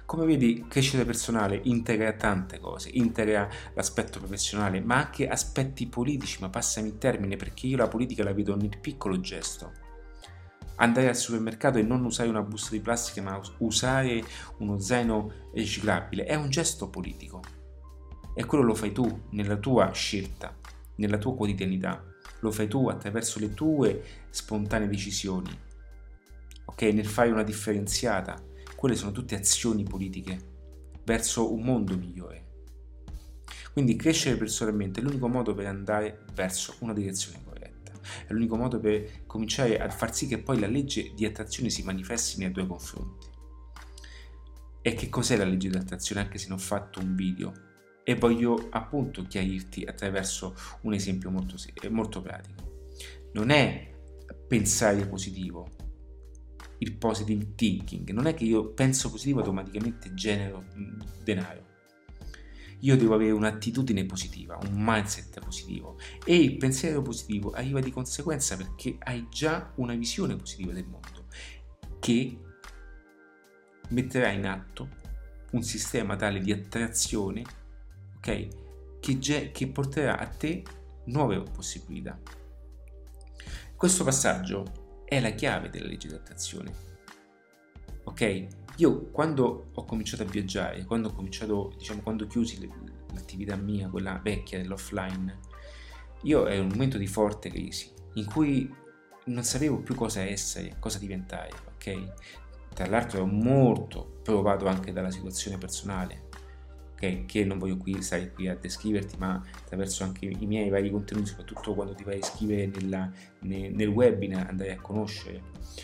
Come vedi, crescita personale integra tante cose, integra l'aspetto professionale, ma anche aspetti politici, ma passami il termine, perché io la politica la vedo nel piccolo gesto. Andare al supermercato e non usare una busta di plastica, ma usare uno zaino riciclabile, è un gesto politico. E quello lo fai tu, nella tua scelta, nella tua quotidianità. Lo fai tu attraverso le tue spontanee decisioni, ok? Nel fare una differenziata. Quelle sono tutte azioni politiche verso un mondo migliore. Quindi crescere personalmente è l'unico modo per andare verso una direzione corretta, è l'unico modo per cominciare a far sì che poi la legge di attrazione si manifesti nei tuoi confronti. E che cos'è la legge di attrazione? Anche se non ho fatto un video, e voglio appunto chiarirti attraverso un esempio molto pratico. Non è pensare positivo, il positive thinking, non è che io penso positivo e automaticamente genero denaro. Io devo avere un'attitudine positiva, un mindset positivo, e il pensiero positivo arriva di conseguenza perché hai già una visione positiva del mondo che metterà in atto un sistema tale di attrazione, ok, che porterà a te nuove possibilità. Questo passaggio è la chiave della legge di attrazione, ok? Io quando ho cominciato a viaggiare, quando chiusi l'attività mia, quella vecchia dell'offline, io ero in un momento di forte crisi, in cui non sapevo più cosa essere, cosa diventare, ok? Tra l'altro ero molto provato anche dalla situazione personale, okay, che non voglio stare qui a descriverti, ma attraverso anche i miei vari contenuti, soprattutto quando ti vai a iscrivere nel webinar, andare a conoscere.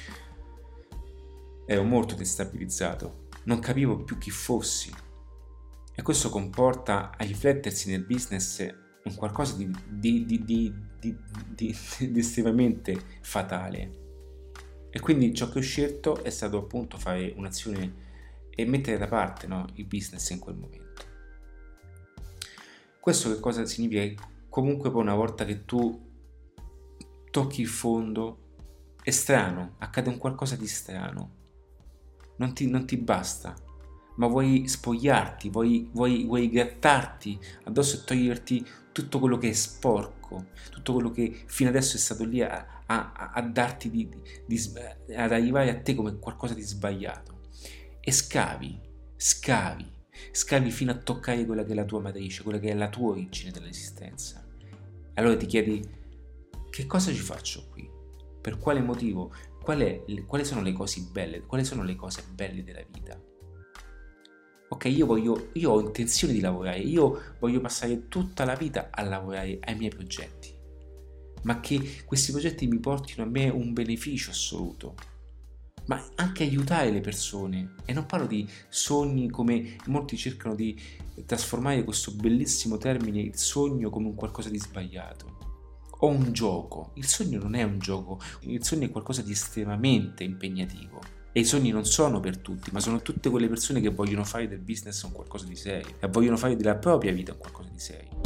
Ero molto destabilizzato, non capivo più chi fossi, e questo comporta a riflettersi nel business un qualcosa di estremamente fatale. E quindi ciò che ho scelto è stato appunto fare un'azione e mettere da parte, no, il business in quel momento. Questo che cosa significa? Comunque poi una volta che tu tocchi il fondo è strano, accade un qualcosa di strano, non ti basta, ma vuoi spogliarti, vuoi grattarti addosso e toglierti tutto quello che è sporco, tutto quello che fino adesso è stato lì a darti ad arrivare a te come qualcosa di sbagliato, e scavi fino a toccare quella che è la tua matrice, quella che è la tua origine dell'esistenza. Allora ti chiedi: che cosa ci faccio qui? Per quale motivo? Quali sono le cose belle? Quali sono le cose belle della vita? Ok, io ho intenzione di lavorare, io voglio passare tutta la vita a lavorare ai miei progetti, ma che questi progetti mi portino a me un beneficio assoluto, ma anche aiutare le persone. E non parlo di sogni, come molti cercano di trasformare questo bellissimo termine, il sogno, come un qualcosa di sbagliato o un gioco. Il sogno non è un gioco, il sogno è qualcosa di estremamente impegnativo, e i sogni non sono per tutti, ma sono tutte quelle persone che vogliono fare del business un qualcosa di serio e vogliono fare della propria vita un qualcosa di serio.